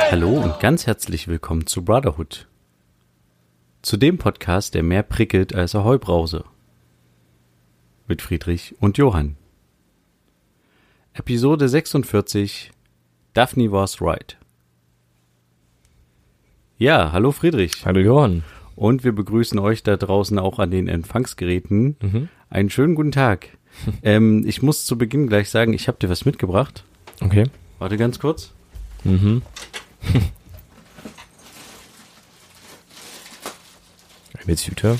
Hallo und ganz herzlich willkommen zu Brotherhood. Zu dem Podcast, der mehr prickelt als Ahoi Brause. Mit Friedrich und Johann. Episode 46. Daphne was right. Ja, hallo Friedrich. Hallo Johann. Und wir begrüßen euch da draußen auch an den Empfangsgeräten. Einen schönen guten Tag. Ich muss zu Beginn gleich sagen, ich habe dir was mitgebracht. Okay. Warte ganz kurz. Eine Tüte.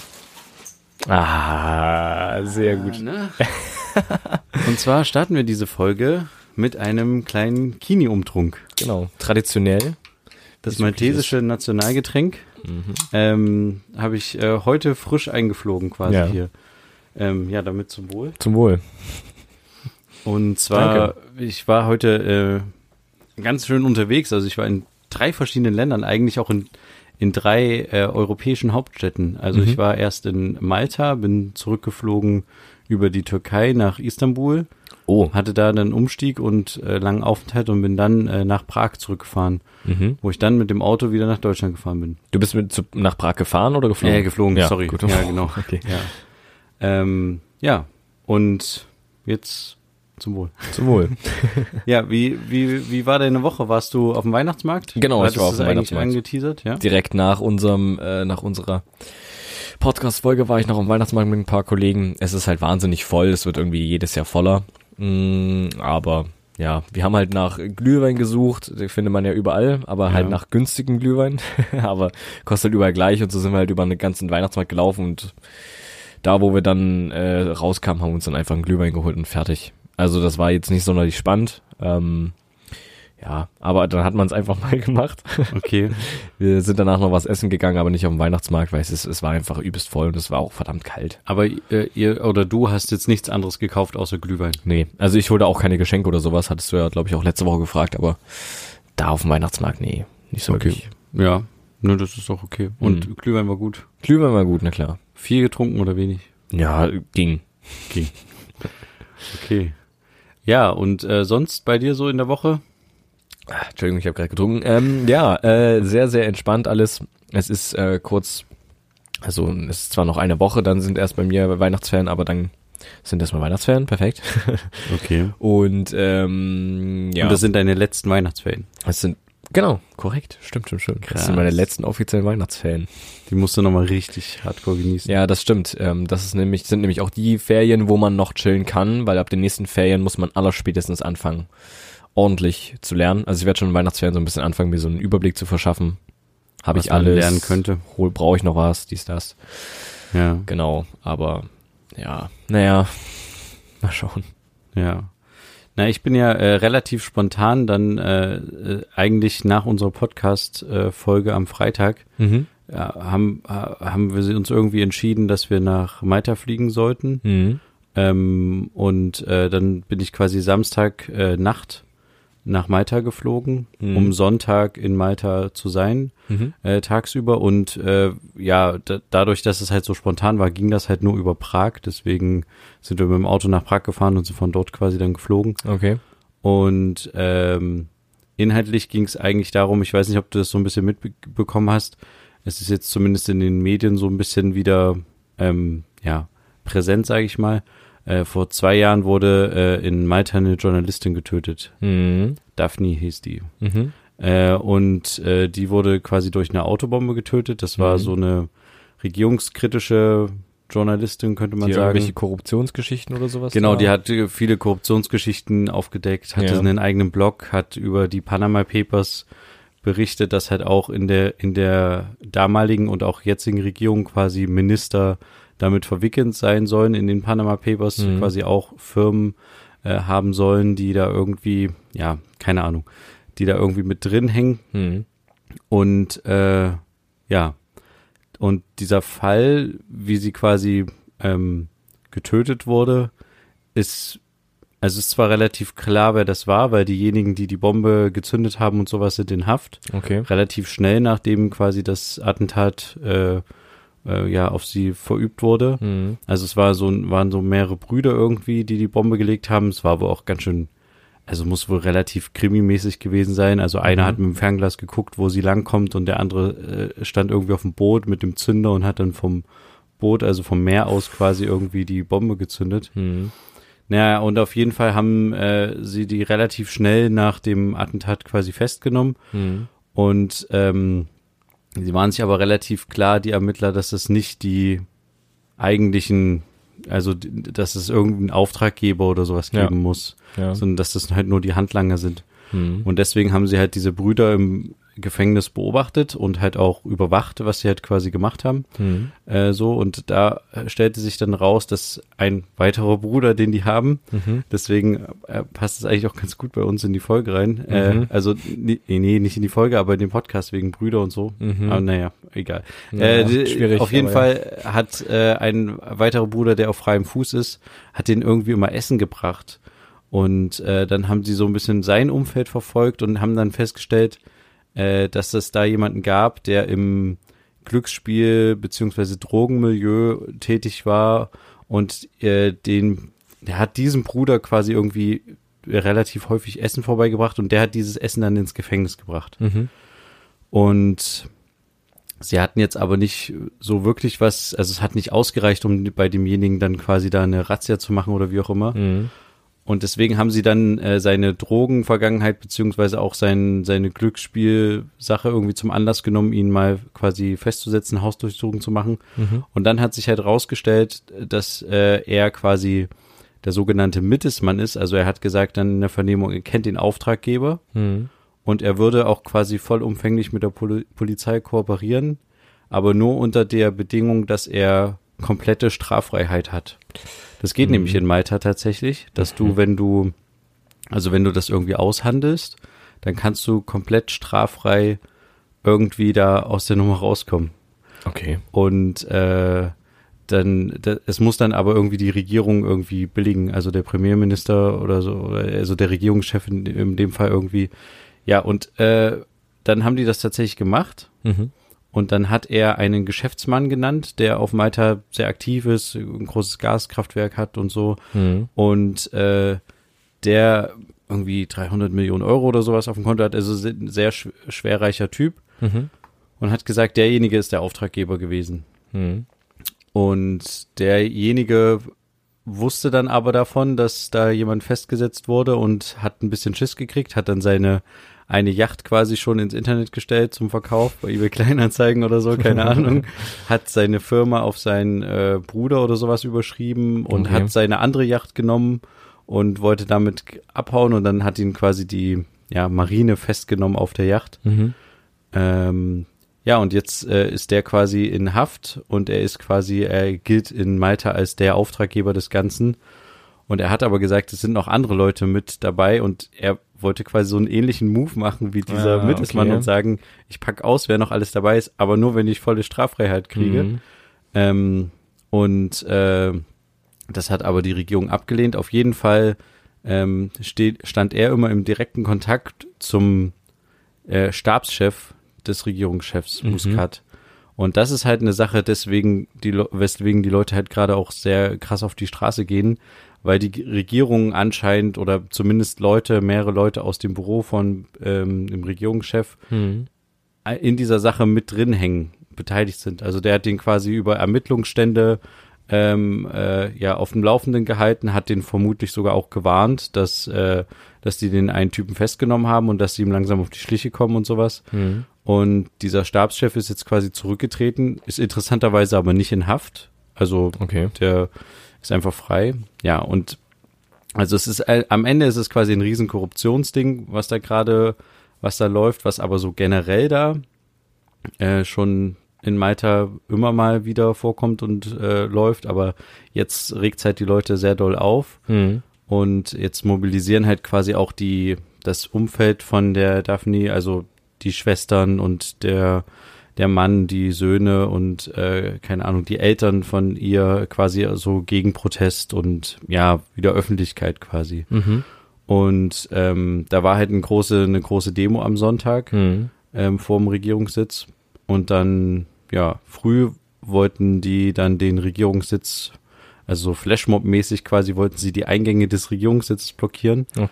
Ah, sehr gut. Ne? Und zwar starten wir diese Folge mit einem kleinen Kini-Umtrunk. Genau, traditionell. Das maltesische Nationalgetränk habe ich heute frisch eingeflogen quasi hier. Ja, damit zum Wohl. Zum Wohl. Und zwar, ich war heute ganz schön unterwegs. Also ich war in 3 verschiedenen Ländern, eigentlich auch in 3 europäischen Hauptstädten. Also ich war erst in Malta, bin zurückgeflogen über die Türkei nach Istanbul. Hatte da einen Umstieg und langen Aufenthalt und bin dann nach Prag zurückgefahren, wo ich dann mit dem Auto wieder nach Deutschland gefahren bin. Du bist nach Prag gefahren oder geflogen? Ja, geflogen, ja, sorry. Gut. Ja, genau. Okay. Ja, und jetzt zum Wohl. Zum Wohl. Ja, wie war deine Woche? Warst du auf dem Weihnachtsmarkt? Genau, ich war auf dem Weihnachtsmarkt. Angeteasert, ja? Direkt nach unserer Podcast-Folge war ich noch am Weihnachtsmarkt mit ein paar Kollegen. Es ist halt wahnsinnig voll, es wird irgendwie jedes Jahr voller. Aber ja, wir haben halt nach Glühwein gesucht, den findet man ja überall, aber halt nach günstigen Glühwein, aber kostet halt überall gleich und so sind wir halt über einen ganzen Weihnachtsmarkt gelaufen und da, wo wir dann rauskamen, haben wir uns dann einfach einen Glühwein geholt und fertig. Also das war jetzt nicht sonderlich spannend, ja, aber dann hat man es einfach mal gemacht. Okay. Wir sind danach noch was essen gegangen, aber nicht auf dem Weihnachtsmarkt, weil es war einfach übelst voll und es war auch verdammt kalt. Aber ihr oder du hast jetzt nichts anderes gekauft außer Glühwein? Nee, also ich hole auch keine Geschenke oder sowas, hattest du ja, glaube ich, auch letzte Woche gefragt, aber da auf dem Weihnachtsmarkt, nee, nicht so wirklich. Ja, ne, das ist doch okay. Und Glühwein war gut? Glühwein war gut, na klar. Viel getrunken oder wenig? Ja, ging. Okay. Ja, und sonst bei dir so in der Woche? Entschuldigung, ich habe gerade getrunken. Sehr, sehr entspannt alles. Es ist kurz, also es ist zwar noch eine Woche, dann sind erst bei mir Weihnachtsferien, aber dann sind erstmal Weihnachtsferien, perfekt. Okay. Und ja. Und das sind deine letzten Weihnachtsferien? Das sind, genau, korrekt, stimmt. Krass. Das sind meine letzten offiziellen Weihnachtsferien. Die musst du nochmal richtig hardcore genießen. Ja, das stimmt. Das sind nämlich auch die Ferien, wo man noch chillen kann, weil ab den nächsten Ferien muss man allerspätestens anfangen, ordentlich zu lernen. Also ich werde schon in Weihnachtsferien so ein bisschen anfangen, mir so einen Überblick zu verschaffen. Habe ich alles lernen könnte. Brauche ich noch was, dies, das. Ja. Genau, aber ja, naja, mal schauen. Ja. Na, ich bin ja relativ spontan dann eigentlich nach unserer Podcast-Folge am Freitag haben wir uns irgendwie entschieden, dass wir nach Malta fliegen sollten. Und dann bin ich quasi Samstag Nacht nach Malta geflogen, um Sonntag in Malta zu sein, tagsüber. Und dadurch, dass es halt so spontan war, ging das halt nur über Prag. Deswegen sind wir mit dem Auto nach Prag gefahren und sind von dort quasi dann geflogen. Okay. Und inhaltlich ging es eigentlich darum, ich weiß nicht, ob du das so ein bisschen mitbekommen hast, es ist jetzt zumindest in den Medien so ein bisschen wieder präsent, sage ich mal. Vor 2 Jahren wurde in Malta eine Journalistin getötet. Daphne hieß die. Und die wurde quasi durch eine Autobombe getötet. Das war so eine regierungskritische Journalistin, könnte man sagen. Irgendwelche Korruptionsgeschichten oder sowas? Genau, die hat viele Korruptionsgeschichten aufgedeckt, hatte einen eigenen Blog, hat über die Panama Papers berichtet, dass halt auch in der damaligen und auch jetzigen Regierung quasi Minister damit verwickelt sein sollen in den Panama Papers, quasi auch Firmen haben sollen, die da irgendwie, ja, keine Ahnung, die da irgendwie mit drin hängen. Und und dieser Fall, wie sie quasi getötet wurde, ist zwar relativ klar, wer das war, weil diejenigen, die die Bombe gezündet haben und sowas, sind in Haft. Okay. Relativ schnell, nachdem quasi das Attentat auf sie verübt wurde. Also es waren so mehrere Brüder irgendwie, die Bombe gelegt haben. Es war aber auch ganz schön also muss wohl relativ krimimäßig gewesen sein. Also einer hat mit dem Fernglas geguckt, wo sie langkommt und der andere stand irgendwie auf dem Boot mit dem Zünder und hat dann vom Boot, also vom Meer aus quasi irgendwie die Bombe gezündet. Naja, und auf jeden Fall haben sie die relativ schnell nach dem Attentat quasi festgenommen. Und sie waren sich aber relativ klar, die Ermittler, dass es nicht die eigentlichen, also dass es irgendeinen Auftraggeber oder sowas geben muss, sondern dass das halt nur die Handlanger sind. Und deswegen haben sie halt diese Brüder im Gefängnis beobachtet und halt auch überwacht, was sie halt quasi gemacht haben. So, und da stellte sich dann raus, dass ein weiterer Bruder, den die haben, deswegen passt es eigentlich auch ganz gut bei uns in die Folge rein. Also, nee, nicht in die Folge, aber in den Podcast wegen Brüder und so. Aber naja, egal. Schwierig. Auf jeden Fall hat ein weiterer Bruder, der auf freiem Fuß ist, hat den irgendwie immer Essen gebracht. Und dann haben sie so ein bisschen sein Umfeld verfolgt und haben dann festgestellt, dass es da jemanden gab, der im Glücksspiel beziehungsweise Drogenmilieu tätig war und der hat diesem Bruder quasi irgendwie relativ häufig Essen vorbeigebracht und der hat dieses Essen dann ins Gefängnis gebracht. Und sie hatten jetzt aber nicht so wirklich was, also es hat nicht ausgereicht, um bei demjenigen dann quasi da eine Razzia zu machen oder wie auch immer. Und deswegen haben sie dann seine Drogenvergangenheit beziehungsweise auch seine Glücksspielsache irgendwie zum Anlass genommen, ihn mal quasi festzusetzen, Hausdurchsuchung zu machen. Und dann hat sich halt rausgestellt, dass er quasi der sogenannte Mittelsmann ist. Also er hat gesagt dann in der Vernehmung, er kennt den Auftraggeber und er würde auch quasi vollumfänglich mit der Polizei kooperieren, aber nur unter der Bedingung, dass er komplette Straffreiheit hat. Das geht nämlich in Malta tatsächlich, dass du, wenn du das irgendwie aushandelst, dann kannst du komplett straffrei irgendwie da aus der Nummer rauskommen. Okay. Und es muss dann aber irgendwie die Regierung irgendwie billigen, also der Premierminister oder so, also der Regierungschef in dem Fall irgendwie. Ja, und dann haben die das tatsächlich gemacht. Und dann hat er einen Geschäftsmann genannt, der auf Malta sehr aktiv ist, ein großes Gaskraftwerk hat und so. Und der irgendwie 300 Millionen Euro oder sowas auf dem Konto hat, also ein sehr schwerreicher Typ. Und hat gesagt, derjenige ist der Auftraggeber gewesen. Und derjenige wusste dann aber davon, dass da jemand festgesetzt wurde und hat ein bisschen Schiss gekriegt, hat dann eine Yacht quasi schon ins Internet gestellt zum Verkauf, bei eBay Kleinanzeigen oder so, keine Ahnung, hat seine Firma auf seinen Bruder oder sowas überschrieben und hat seine andere Yacht genommen und wollte damit abhauen und dann hat ihn quasi die Marine festgenommen auf der Yacht. Und jetzt ist der quasi in Haft und er gilt in Malta als der Auftraggeber des Ganzen. Und er hat aber gesagt, es sind noch andere Leute mit dabei und er wollte quasi so einen ähnlichen Move machen wie dieser Mittelsmann und sagen, ich pack aus, wer noch alles dabei ist, aber nur, wenn ich volle Straffreiheit kriege. Das hat aber die Regierung abgelehnt. Auf jeden Fall stand er immer im direkten Kontakt zum Stabschef des Regierungschefs Muscat. Und das ist halt eine Sache, weswegen die Leute halt gerade auch sehr krass auf die Straße gehen, weil die Regierung anscheinend oder zumindest mehrere Leute aus dem Büro von dem Regierungschef in dieser Sache mit drin hängen, beteiligt sind. Also der hat den quasi über Ermittlungsstände auf dem Laufenden gehalten, hat den vermutlich sogar auch gewarnt, dass die den einen Typen festgenommen haben und dass sie ihm langsam auf die Schliche kommen und sowas. Und dieser Stabschef ist jetzt quasi zurückgetreten, ist interessanterweise aber nicht in Haft. Also der ist einfach frei. Ja, und also es ist am Ende ist es quasi ein riesen Korruptionsding, was da läuft, was aber so generell da schon in Malta immer mal wieder vorkommt und läuft, aber jetzt regt halt die Leute sehr doll auf und jetzt mobilisieren halt quasi auch das Umfeld von der Daphne, also die Schwestern und der Mann, die Söhne und keine Ahnung, die Eltern von ihr quasi so gegen Protest und wieder Öffentlichkeit quasi. Und da war halt eine große Demo am Sonntag vor dem Regierungssitz und dann früh wollten die dann den Regierungssitz, also so Flashmob-mäßig quasi, wollten sie die Eingänge des Regierungssitzes blockieren.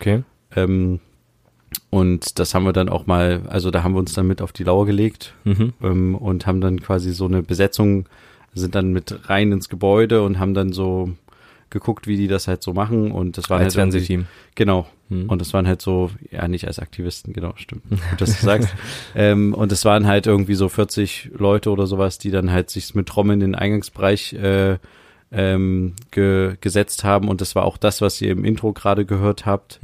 Und das haben wir dann auch mal, also da haben wir uns dann mit auf die Lauer gelegt und haben dann quasi so eine Besetzung, sind dann mit rein ins Gebäude und haben dann so geguckt, wie die das halt so machen. Und das war als halt Fernsehteam. Genau. Und das waren halt so, ja, nicht als Aktivisten, genau, stimmt. Gut, dass du sagst. Und es waren halt irgendwie so 40 Leute oder sowas, die dann halt sich mit Trommeln in den Eingangsbereich gesetzt haben. Und das war auch das, was ihr im Intro gerade gehört habt.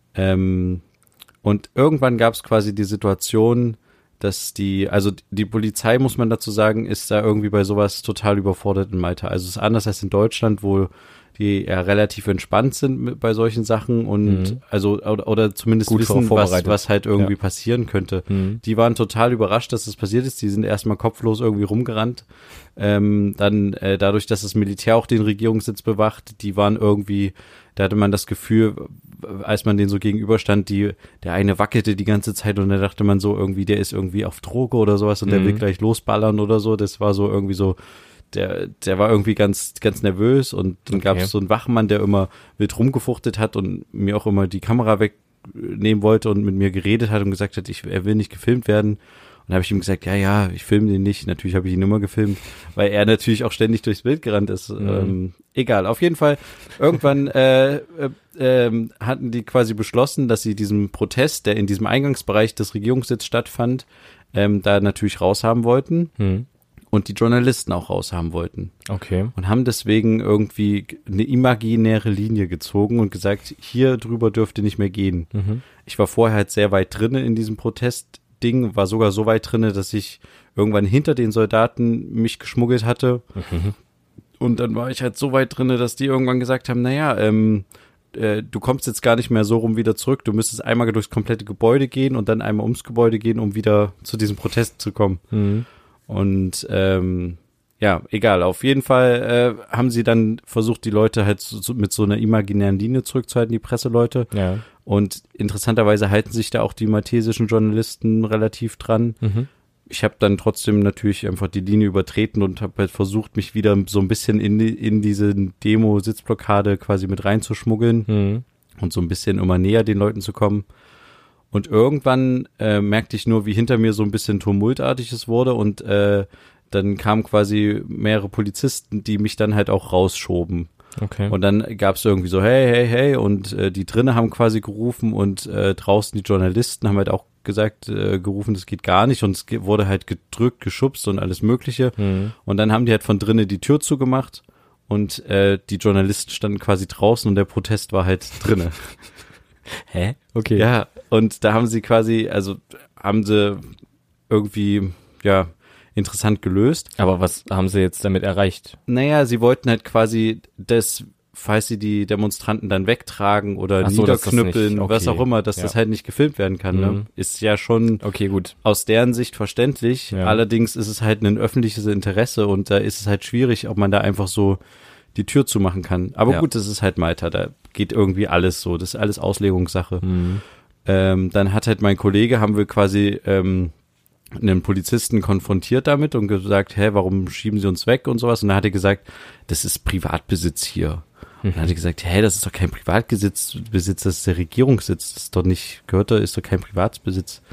Und irgendwann gab es quasi die Situation, dass die Polizei, muss man dazu sagen, ist da irgendwie bei sowas total überfordert in Malta. Also es ist anders als in Deutschland, wo die ja relativ entspannt sind bei solchen Sachen und oder zumindest gut wissen, was halt irgendwie passieren könnte. Die waren total überrascht, dass das passiert ist. Die sind erstmal kopflos irgendwie rumgerannt. Dann dadurch, dass das Militär auch den Regierungssitz bewacht, die waren irgendwie, da hatte man das Gefühl, als man denen so gegenüberstand, der eine wackelte die ganze Zeit und da dachte man so irgendwie, der ist irgendwie auf Droge oder sowas und der will gleich losballern oder so. Das war so irgendwie so, der war irgendwie ganz, ganz nervös und dann gab es so einen Wachmann, der immer wild rumgefuchtet hat und mir auch immer die Kamera wegnehmen wollte und mit mir geredet hat und gesagt hat, er will nicht gefilmt werden. Und da habe ich ihm gesagt, ja, ich filme den nicht. Natürlich habe ich ihn immer gefilmt, weil er natürlich auch ständig durchs Bild gerannt ist. Egal, auf jeden Fall. Irgendwann hatten die quasi beschlossen, dass sie diesen Protest, der in diesem Eingangsbereich des Regierungssitzes stattfand, da natürlich raushaben wollten. Und die Journalisten auch raushaben wollten. Okay. Und haben deswegen irgendwie eine imaginäre Linie gezogen und gesagt, hier drüber dürfte nicht mehr gehen. Ich war vorher halt sehr weit drinne in diesem Protestding, war sogar so weit drinne, dass ich irgendwann hinter den Soldaten mich geschmuggelt hatte. Und dann war ich halt so weit drinne, dass die irgendwann gesagt haben, naja, du kommst jetzt gar nicht mehr so rum wieder zurück, du müsstest einmal durchs komplette Gebäude gehen und dann einmal ums Gebäude gehen, um wieder zu diesem Protest zu kommen. Und ja, egal, auf jeden Fall haben sie dann versucht, die Leute halt mit so einer imaginären Linie zurückzuhalten, die Presseleute. Ja. Und interessanterweise halten sich da auch die maltesischen Journalisten relativ dran. Ich habe dann trotzdem natürlich einfach die Linie übertreten und habe halt versucht, mich wieder so ein bisschen in diese Demo-Sitzblockade quasi mit reinzuschmuggeln und so ein bisschen immer näher den Leuten zu kommen. Und irgendwann merkte ich nur, wie hinter mir so ein bisschen tumultartig es wurde und dann kamen quasi mehrere Polizisten, die mich dann halt auch rausschoben. Okay. Und dann gab es irgendwie so, hey und die drinnen haben quasi gerufen und draußen die Journalisten haben halt auch gerufen, das geht gar nicht und es wurde halt gedrückt, geschubst und alles Mögliche. Und dann haben die halt von drinnen die Tür zugemacht und die Journalisten standen quasi draußen und der Protest war halt drinnen. Hä? Okay. Ja, und da haben sie quasi, haben sie irgendwie, ja, interessant gelöst. Aber was haben sie jetzt damit erreicht? Naja, sie wollten halt quasi falls sie die Demonstranten dann wegtragen oder niederknüppeln, was auch immer, dass das halt nicht gefilmt werden kann. Ne? Ist ja schon gut. Aus deren Sicht verständlich. Ja. Allerdings ist es halt ein öffentliches Interesse und da ist es halt schwierig, ob man da einfach so die Tür zumachen kann. Aber gut, das ist halt Malta, da geht irgendwie alles so, das ist alles Auslegungssache. Dann hat halt mein Kollege, haben wir quasi einen Polizisten konfrontiert damit und gesagt, warum schieben sie uns weg und sowas? Und dann hat er gesagt, das ist Privatbesitz hier. Und dann hat er gesagt, das ist doch kein Privatbesitz, das ist der Regierungssitz, das ist doch nicht, ist doch kein Privatbesitz.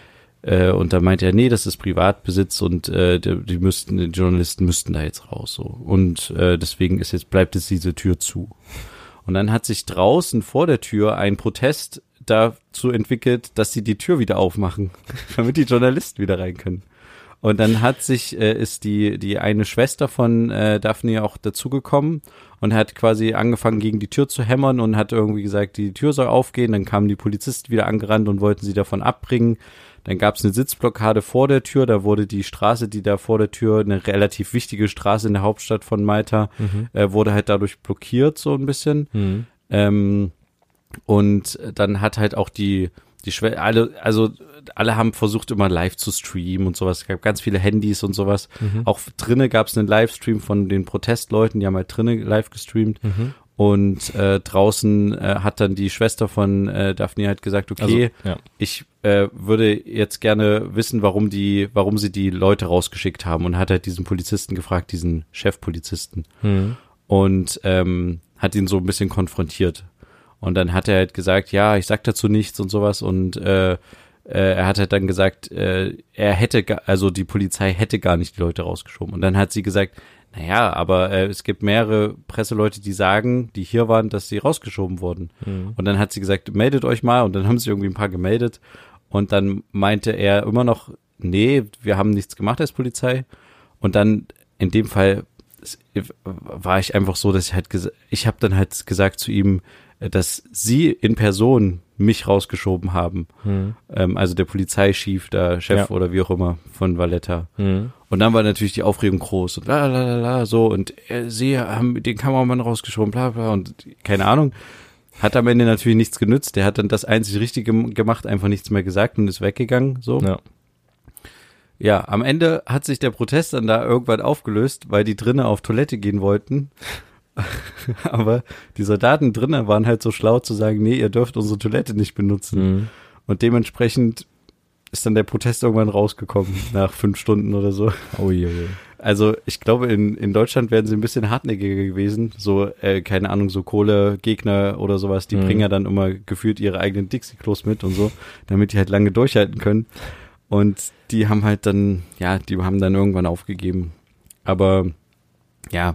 Und da meinte er, nee, das ist Privatbesitz und die Journalisten müssten da jetzt raus. So. Und deswegen bleibt jetzt diese Tür zu. Und dann hat sich draußen vor der Tür ein Protest dazu entwickelt, dass sie die Tür wieder aufmachen, damit die Journalisten wieder rein können. Und dann ist die eine Schwester von Daphne auch dazugekommen und hat quasi angefangen, gegen die Tür zu hämmern und hat irgendwie gesagt, die Tür soll aufgehen. Dann kamen die Polizisten wieder angerannt und wollten sie davon abbringen. Dann gab es eine Sitzblockade vor der Tür. Da wurde die Straße, die da vor der Tür, eine relativ wichtige Straße in der Hauptstadt von Malta, wurde halt dadurch blockiert so ein bisschen. Und dann hat halt auch alle haben versucht, immer live zu streamen und sowas. Es gab ganz viele Handys und sowas. Auch drinnen gab es einen Livestream von den Protestleuten, die haben halt drinnen live gestreamt. Und draußen hat dann die Schwester von Daphne halt gesagt, okay, ich würde jetzt gerne wissen, warum sie die Leute rausgeschickt haben und hat halt diesen Polizisten gefragt, diesen Chefpolizisten. Und hat ihn so ein bisschen konfrontiert. Und dann hat er halt gesagt, ja, ich sag dazu nichts und sowas und er hat halt dann gesagt, also die Polizei hätte gar nicht die Leute rausgeschoben. Und dann hat sie gesagt, naja, aber es gibt mehrere Presseleute, die sagen, die hier waren, dass sie rausgeschoben wurden. Und dann hat sie gesagt, meldet euch mal. Und dann haben sich irgendwie ein paar gemeldet. Und dann meinte er immer noch, nee, wir haben nichts gemacht als Polizei. Und dann in dem Fall war ich einfach so, dass ich habe dann halt gesagt zu ihm, dass sie in Person mich rausgeschoben haben. Also der Polizeichef, der Chef oder wie auch immer von Valletta. Und dann war natürlich die Aufregung groß und so und sie haben den Kameramann rausgeschoben, bla bla und keine Ahnung. Hat am Ende natürlich nichts genützt. Der hat dann das einzig Richtige gemacht, einfach nichts mehr gesagt und ist weggegangen. So. Ja, am Ende hat sich der Protest dann da irgendwann aufgelöst, weil die drinnen auf Toilette gehen wollten. Aber die Soldaten drinnen waren halt so schlau zu sagen, nee, ihr dürft unsere Toilette nicht benutzen. Und dementsprechend ist dann der Protest irgendwann rausgekommen, nach 5 Stunden oder so. Also ich glaube, in Deutschland wären sie ein bisschen hartnäckiger gewesen. So, keine Ahnung, so Kohlegegner oder sowas, die bringen ja dann immer gefühlt ihre eigenen Dixie-Klos mit und so, damit die halt lange durchhalten können. Und die haben halt dann, die haben dann irgendwann aufgegeben. Aber ja,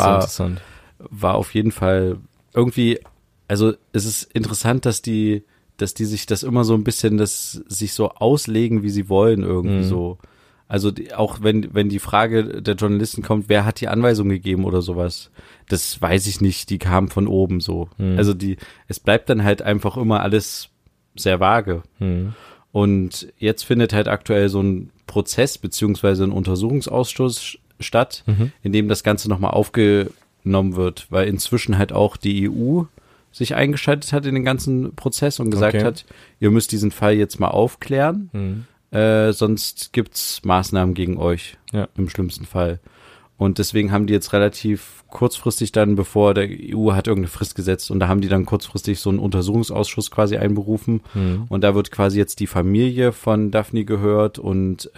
war auf jeden Fall irgendwie, also es ist interessant, dass die sich das immer so ein bisschen, sich so auslegen, wie sie wollen irgendwie so. Also auch wenn die Frage der Journalisten kommt, wer hat die Anweisung gegeben oder sowas, das weiß ich nicht, die kamen von oben so. Also es bleibt dann halt einfach immer alles sehr vage. Und jetzt findet halt aktuell so ein Prozess beziehungsweise ein Untersuchungsausschuss statt, in dem das Ganze nochmal aufgenommen wird, weil inzwischen halt auch die EU sich eingeschaltet hat in den ganzen Prozess und gesagt hat, ihr müsst diesen Fall jetzt mal aufklären, sonst gibt's Maßnahmen gegen euch im schlimmsten Fall. Und deswegen haben die jetzt relativ kurzfristig dann, bevor der EU hat irgendeine Frist gesetzt und da haben die dann kurzfristig so einen Untersuchungsausschuss quasi einberufen und da wird quasi jetzt die Familie von Daphne gehört und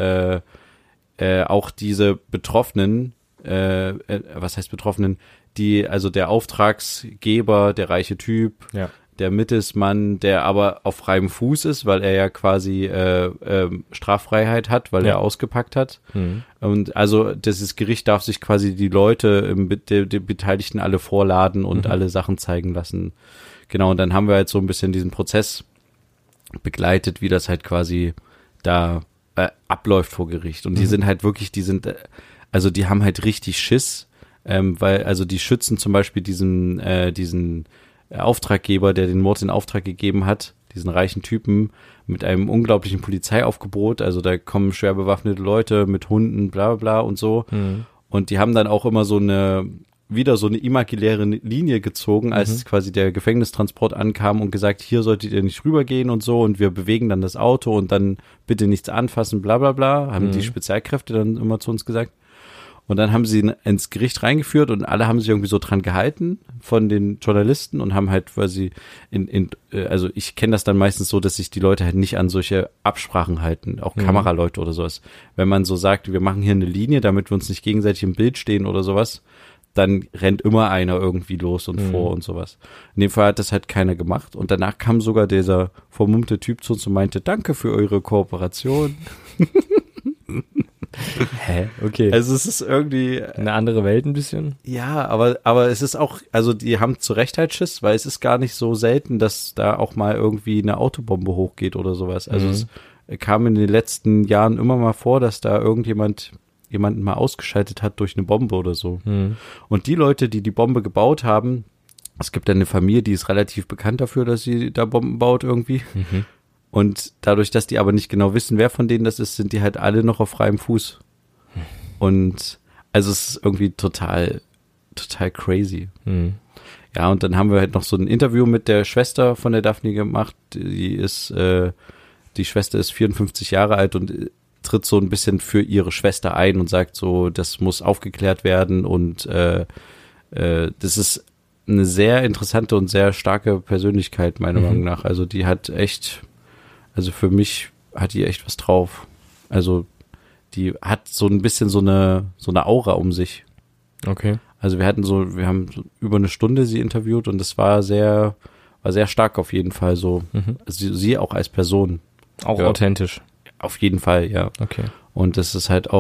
auch diese Betroffenen, was heißt Betroffenen, also der Auftragsgeber, der reiche Typ, der Mittelsmann, der aber auf freiem Fuß ist, weil er ja quasi Straffreiheit hat, weil er ausgepackt hat. Und also dieses Gericht darf sich quasi die Leute, die Beteiligten alle vorladen und alle Sachen zeigen lassen. Genau, und dann haben wir halt so ein bisschen diesen Prozess begleitet, wie das halt quasi da abläuft vor Gericht. Und die sind halt wirklich, die haben halt richtig Schiss, weil also die schützen zum Beispiel diesen Auftraggeber, der den Mord in Auftrag gegeben hat, diesen reichen Typen mit einem unglaublichen Polizeiaufgebot, also da kommen schwer bewaffnete Leute mit Hunden, bla bla bla und so. Und die haben dann auch immer wieder so eine imaginäre Linie gezogen, als quasi der Gefängnistransport ankam und gesagt, hier solltet ihr nicht rübergehen und so und wir bewegen dann das Auto und dann bitte nichts anfassen, bla bla bla, haben die Spezialkräfte dann immer zu uns gesagt. Und dann haben sie ihn ins Gericht reingeführt und alle haben sich irgendwie so dran gehalten von den Journalisten und haben halt quasi also ich kenne das dann meistens so, dass sich die Leute halt nicht an solche Absprachen halten, auch Kameraleute oder sowas. Wenn man so sagt, wir machen hier eine Linie, damit wir uns nicht gegenseitig im Bild stehen oder sowas, dann rennt immer einer irgendwie los und vor und sowas. In dem Fall hat das halt keiner gemacht und danach kam sogar dieser vermummte Typ zu uns und meinte, danke für eure Kooperation. Hä? Okay. Also es ist irgendwie eine andere Welt ein bisschen. Ja, aber es ist auch, also die haben zu Recht halt Schiss, weil es ist gar nicht so selten, dass da auch mal irgendwie eine Autobombe hochgeht oder sowas. Also es kam in den letzten Jahren immer mal vor, dass da jemanden mal ausgeschaltet hat durch eine Bombe oder so. Und die Leute, die Bombe gebaut haben, es gibt eine Familie, die ist relativ bekannt dafür, dass sie da Bomben baut irgendwie. Und dadurch, dass die aber nicht genau wissen, wer von denen das ist, sind die halt alle noch auf freiem Fuß. Und also es ist irgendwie total crazy. Ja, und dann haben wir halt noch so ein Interview mit der Schwester von der Daphne gemacht. Die Schwester ist 54 Jahre alt und tritt so ein bisschen für ihre Schwester ein und sagt so, das muss aufgeklärt werden und das ist eine sehr interessante und sehr starke Persönlichkeit, meiner Meinung nach. Also die hat echt, also für mich hat die echt was drauf. Also die hat so ein bisschen so eine Aura um sich. Okay. Also wir haben so über eine Stunde sie interviewt und das war sehr sehr stark auf jeden Fall so. Also sie auch als Person. Auch authentisch. Auf jeden Fall, ja. Okay. Und es ist halt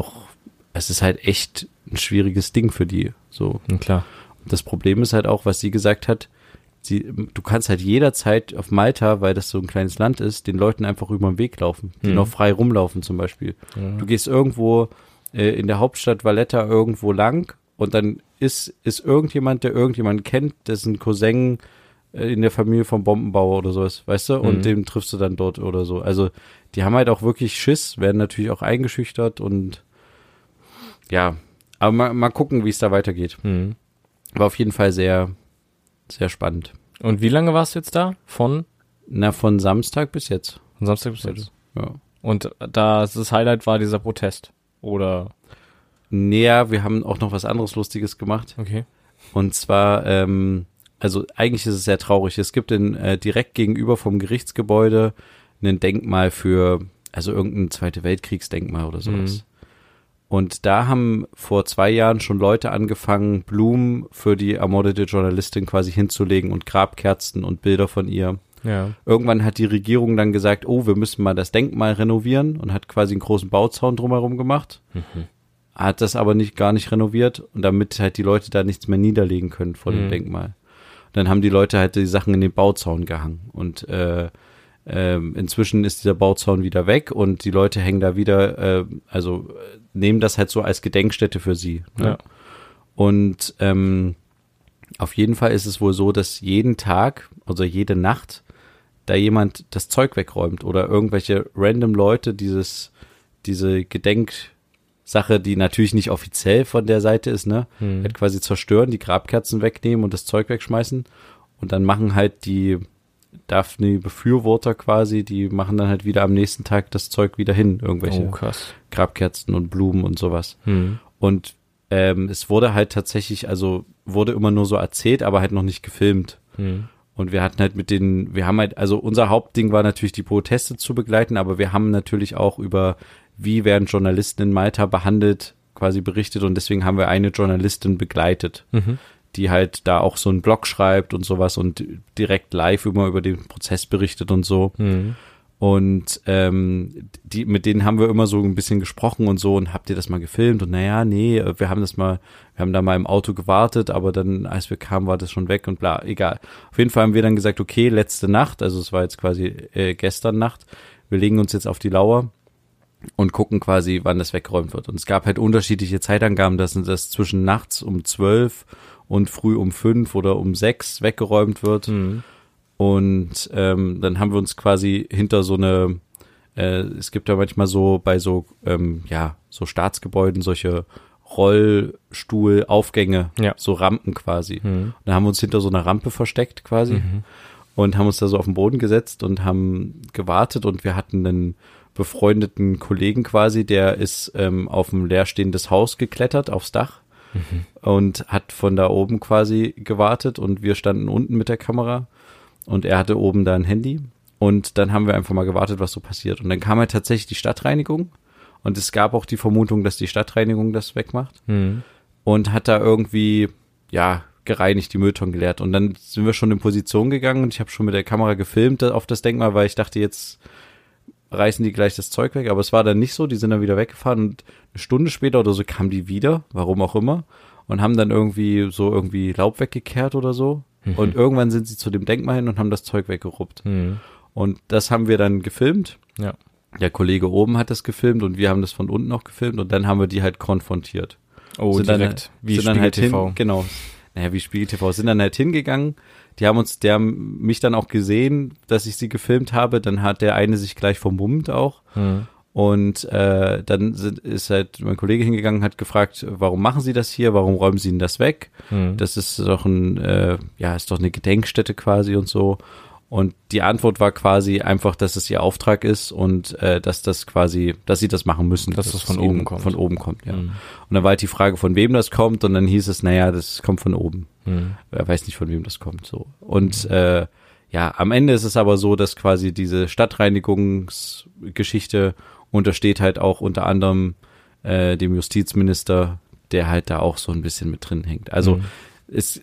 echt ein schwieriges Ding für die, so. Klar. Und das Problem ist halt auch, was sie gesagt hat, du kannst halt jederzeit auf Malta, weil das so ein kleines Land ist, den Leuten einfach über den Weg laufen, die noch frei rumlaufen zum Beispiel. Du gehst irgendwo in der Hauptstadt Valletta irgendwo lang und dann ist irgendjemand, der irgendjemanden kennt, dessen Cousin in der Familie vom Bombenbauer oder sowas, weißt du? Und den triffst du dann dort oder so. Also die haben halt auch wirklich Schiss, werden natürlich auch eingeschüchtert und ja, aber mal gucken, wie es da weitergeht. War auf jeden Fall sehr, sehr spannend. Und wie lange warst du jetzt da? Von Samstag bis jetzt. Von Samstag bis jetzt? Ja. Und das Highlight war dieser Protest? Oder? Naja, wir haben auch noch was anderes Lustiges gemacht. Okay. Und zwar, also eigentlich ist es sehr traurig. Es gibt direkt gegenüber vom Gerichtsgebäude ein Denkmal also irgendein Zweite Weltkriegsdenkmal oder sowas. Und da haben vor 2 Jahren schon Leute angefangen, Blumen für die ermordete Journalistin quasi hinzulegen und Grabkerzen und Bilder von ihr. Ja. Irgendwann hat die Regierung dann gesagt, oh, wir müssen mal das Denkmal renovieren und hat quasi einen großen Bauzaun drumherum gemacht. Hat das aber gar nicht renoviert und damit halt die Leute da nichts mehr niederlegen können vor dem Denkmal. Dann haben die Leute halt die Sachen in den Bauzaun gehangen und inzwischen ist dieser Bauzaun wieder weg und die Leute hängen da wieder, nehmen das halt so als Gedenkstätte für sie. Ne? Ja. Und auf jeden Fall ist es wohl so, dass jeden Tag, also jede Nacht, da jemand das Zeug wegräumt oder irgendwelche random Leute diese Gedenksache, die natürlich nicht offiziell von der Seite ist, ne, halt quasi zerstören, die Grabkerzen wegnehmen und das Zeug wegschmeißen und dann machen halt die Daphne-Befürworter quasi, die machen dann halt wieder am nächsten Tag das Zeug wieder hin, irgendwelche Grabkerzen und Blumen und sowas. Und es wurde halt tatsächlich, also wurde immer nur so erzählt, aber halt noch nicht gefilmt. Und wir hatten halt unser Hauptding war natürlich die Proteste zu begleiten, aber wir haben natürlich auch über, wie werden Journalisten in Malta behandelt, quasi berichtet und deswegen haben wir eine Journalistin begleitet, die halt da auch so einen Blog schreibt und sowas und direkt live immer über den Prozess berichtet und so. Und mit denen haben wir immer so ein bisschen gesprochen und so und habt ihr das mal gefilmt? Und naja, nee, wir haben da mal im Auto gewartet, aber dann, als wir kamen, war das schon weg und bla, egal. Auf jeden Fall haben wir dann gesagt, okay, letzte Nacht, also es war jetzt quasi gestern Nacht, wir legen uns jetzt auf die Lauer und gucken quasi, wann das weggeräumt wird. Und es gab halt unterschiedliche Zeitangaben, dass das zwischen nachts um 12 und früh um 5 oder um 6 weggeräumt wird. Und dann haben wir uns quasi hinter so eine, es gibt ja manchmal so bei so Staatsgebäuden solche Rollstuhlaufgänge, so Rampen quasi. Und da haben wir uns hinter so einer Rampe versteckt quasi und haben uns da so auf den Boden gesetzt und haben gewartet und wir hatten einen befreundeten Kollegen quasi, der ist auf ein leerstehendes Haus geklettert, aufs Dach und hat von da oben quasi gewartet und wir standen unten mit der Kamera und er hatte oben da ein Handy und dann haben wir einfach mal gewartet, was so passiert. Und dann kam halt tatsächlich die Stadtreinigung und es gab auch die Vermutung, dass die Stadtreinigung das wegmacht und hat da irgendwie, gereinigt, die Mülltonnen geleert. Und dann sind wir schon in Position gegangen und ich habe schon mit der Kamera gefilmt auf das Denkmal, weil ich dachte, jetzt reißen die gleich das Zeug weg, aber es war dann nicht so, die sind dann wieder weggefahren und eine Stunde später oder so kamen die wieder, warum auch immer, und haben dann irgendwie Laub weggekehrt oder so und irgendwann sind sie zu dem Denkmal hin und haben das Zeug weggeruppt. Und das haben wir dann gefilmt. Ja. Der Kollege oben hat das gefilmt und wir haben das von unten auch gefilmt und dann haben wir die halt konfrontiert. Oh, sind direkt, dann, wie sind Spiegel dann halt TV. Hin, genau. Naja, wie Spiegel TV, sind dann halt hingegangen, die haben mich dann auch gesehen, dass ich sie gefilmt habe, dann hat der eine sich gleich vermummt auch und dann ist halt mein Kollege hingegangen, hat gefragt, warum machen sie das hier, warum räumen sie denn das weg, das ist doch ist doch eine Gedenkstätte quasi und so. Und die Antwort war quasi einfach, dass es ihr Auftrag ist und dass sie das machen müssen. Dass das von oben kommt. Von oben kommt, ja. Und dann war halt die Frage, von wem das kommt und dann hieß es, das kommt von oben. Er weiß nicht, von wem das kommt, so. Und am Ende ist es aber so, dass quasi diese Stadtreinigungsgeschichte untersteht halt auch unter anderem dem Justizminister, der halt da auch so ein bisschen mit drin hängt. Also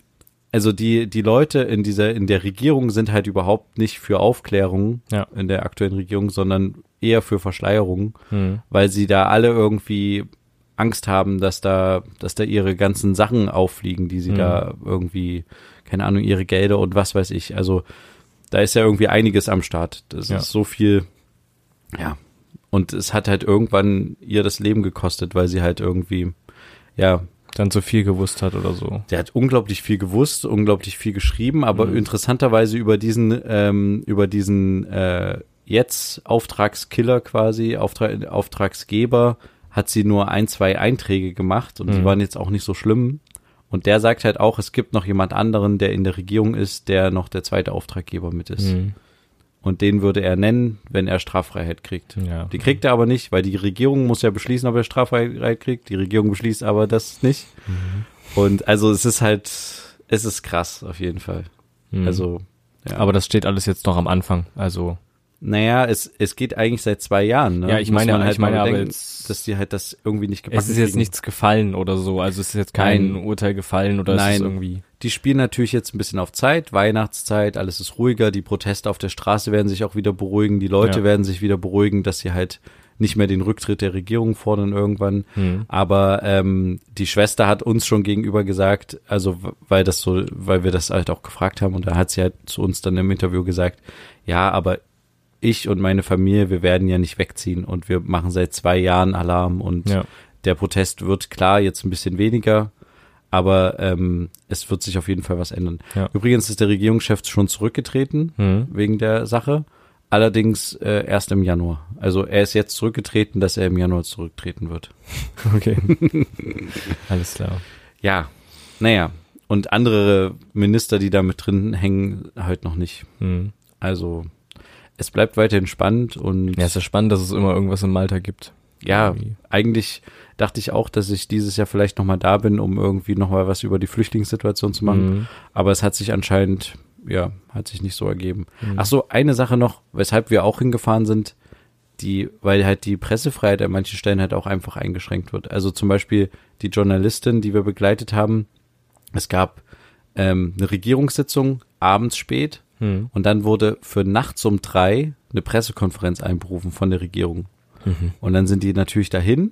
also die Leute in der Regierung sind halt überhaupt nicht für Aufklärung in der aktuellen Regierung, sondern eher für Verschleierung, weil sie da alle irgendwie Angst haben, dass da ihre ganzen Sachen auffliegen, die sie da irgendwie, keine Ahnung, ihre Gelder und was weiß ich. Also da ist ja irgendwie einiges am Start. Das ist so viel, ja. Und es hat halt irgendwann ihr das Leben gekostet, weil sie halt irgendwie, dann zu viel gewusst hat oder so. Der hat unglaublich viel gewusst, unglaublich viel geschrieben, aber interessanterweise über diesen jetzt Auftragskiller quasi, Auftragsgeber, hat sie nur 1-2 Einträge gemacht und die waren jetzt auch nicht so schlimm. Und der sagt halt auch, es gibt noch jemand anderen, der in der Regierung ist, der noch der zweite Auftraggeber mit ist. Und den würde er nennen, wenn er Straffreiheit kriegt. Ja. Die kriegt er aber nicht, weil die Regierung muss ja beschließen, ob er Straffreiheit kriegt. Die Regierung beschließt aber das nicht. Und also es ist krass auf jeden Fall. Also, ja. Aber das steht alles jetzt noch am Anfang, also. Naja, es geht eigentlich seit 2 Jahren, ne? Ja, ich meine aber jetzt, dass die halt das irgendwie nicht gepackt haben. Es ist jetzt nichts gefallen oder so, also es ist jetzt kein Urteil gefallen oder Nein. ist es irgendwie. Die spielen natürlich jetzt ein bisschen auf Zeit, Weihnachtszeit, alles ist ruhiger, die Proteste auf der Straße werden sich auch wieder beruhigen, die Leute werden sich wieder beruhigen, dass sie halt nicht mehr den Rücktritt der Regierung fordern irgendwann. Aber die Schwester hat uns schon gegenüber gesagt, also weil wir das halt auch gefragt haben und da hat sie halt zu uns dann im Interview gesagt, ja, aber ich und meine Familie, wir werden ja nicht wegziehen und wir machen seit 2 Jahren Alarm und der Protest wird klar jetzt ein bisschen weniger, aber es wird sich auf jeden Fall was ändern. Ja. Übrigens ist der Regierungschef schon zurückgetreten wegen der Sache, allerdings erst im Januar. Also er ist jetzt zurückgetreten, dass er im Januar zurücktreten wird. Okay, alles klar. Ja, naja, und andere Minister, die da mit drin hängen, halt noch nicht. Also es bleibt weiterhin spannend und. Ja, es ist ja spannend, dass es immer irgendwas in Malta gibt. Ja, eigentlich dachte ich auch, dass ich dieses Jahr vielleicht nochmal da bin, um irgendwie nochmal was über die Flüchtlingssituation zu machen. Aber es hat sich anscheinend, hat sich nicht so ergeben. Ach so, eine Sache noch, weshalb wir auch hingefahren sind, weil halt die Pressefreiheit an manchen Stellen halt auch einfach eingeschränkt wird. Also zum Beispiel die Journalistin, die wir begleitet haben, es gab eine Regierungssitzung abends spät. Und dann wurde für nachts um 3 eine Pressekonferenz einberufen von der Regierung. Und dann sind die natürlich dahin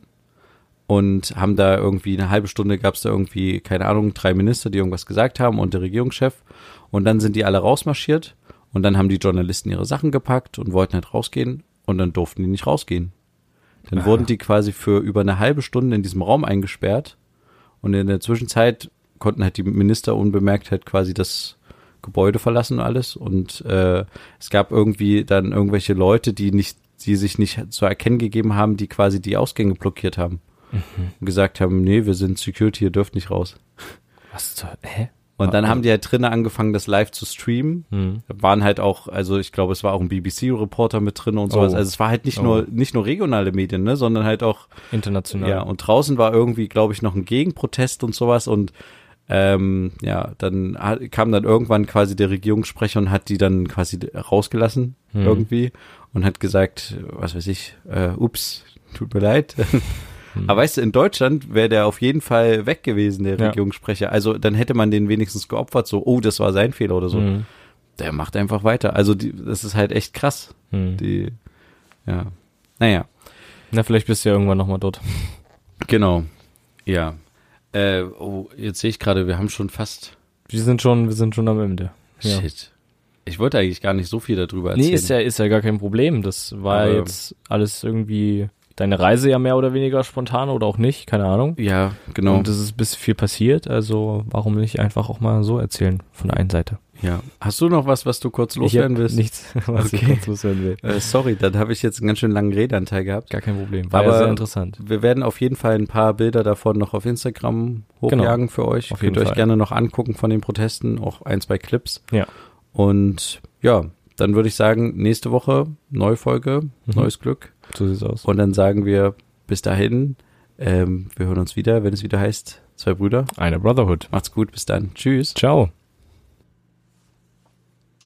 und haben da irgendwie eine halbe Stunde, gab es da irgendwie, keine Ahnung, 3 Minister, die irgendwas gesagt haben und der Regierungschef. Und dann sind die alle rausmarschiert und dann haben die Journalisten ihre Sachen gepackt und wollten halt rausgehen und dann durften die nicht rausgehen. Dann wurden die quasi für über eine halbe Stunde in diesem Raum eingesperrt und in der Zwischenzeit konnten halt die Minister unbemerkt halt quasi das Gebäude verlassen und alles und es gab irgendwie dann irgendwelche Leute, die sich nicht zu erkennen gegeben haben, die quasi die Ausgänge blockiert haben und gesagt haben, nee, wir sind Security, ihr dürft nicht raus. Was zur, hä? Und dann haben die halt drinnen angefangen, das live zu streamen. Waren halt auch, also ich glaube, es war auch ein BBC-Reporter mit drin und sowas. Also es war halt nicht nur regionale Medien, ne, sondern halt auch international. Ja, und draußen war irgendwie, glaube ich, noch ein Gegenprotest und sowas und dann kam dann irgendwann quasi der Regierungssprecher und hat die dann quasi rausgelassen irgendwie und hat gesagt, was weiß ich, ups, tut mir leid. Aber weißt du, in Deutschland wäre der auf jeden Fall weg gewesen, der Regierungssprecher. Also dann hätte man den wenigstens geopfert, so, oh, das war sein Fehler oder so. Der macht einfach weiter. Also das ist halt echt krass. Naja. Na, vielleicht bist du ja irgendwann nochmal dort. Genau, ja. Jetzt sehe ich gerade, wir haben schon fast. Wir sind schon am Ende. Ja. Shit. Ich wollte eigentlich gar nicht so viel darüber erzählen. Nee, ist ja gar kein Problem. Das war jetzt alles irgendwie deine Reise ja mehr oder weniger spontan oder auch nicht, keine Ahnung. Ja, genau. Und es ist bis viel passiert, also warum nicht einfach auch mal so erzählen von der einen Seite. Ja. Hast du noch was du kurz loswerden willst? Nichts, was ich kurz loswerden will. Sorry, dann habe ich jetzt einen ganz schön langen Redeanteil gehabt. Gar kein Problem, war ja sehr interessant. Wir werden auf jeden Fall ein paar Bilder davon noch auf Instagram hochjagen für euch. Könnt ihr euch gerne noch angucken von den Protesten, auch 1-2 Clips. Ja. Und ja, dann würde ich sagen, nächste Woche, neue Folge, neues Glück. So sieht's aus. Und dann sagen wir bis dahin, wir hören uns wieder, wenn es wieder heißt, 2 Brüder. Eine Brotherhood. Macht's gut, bis dann. Tschüss. Ciao.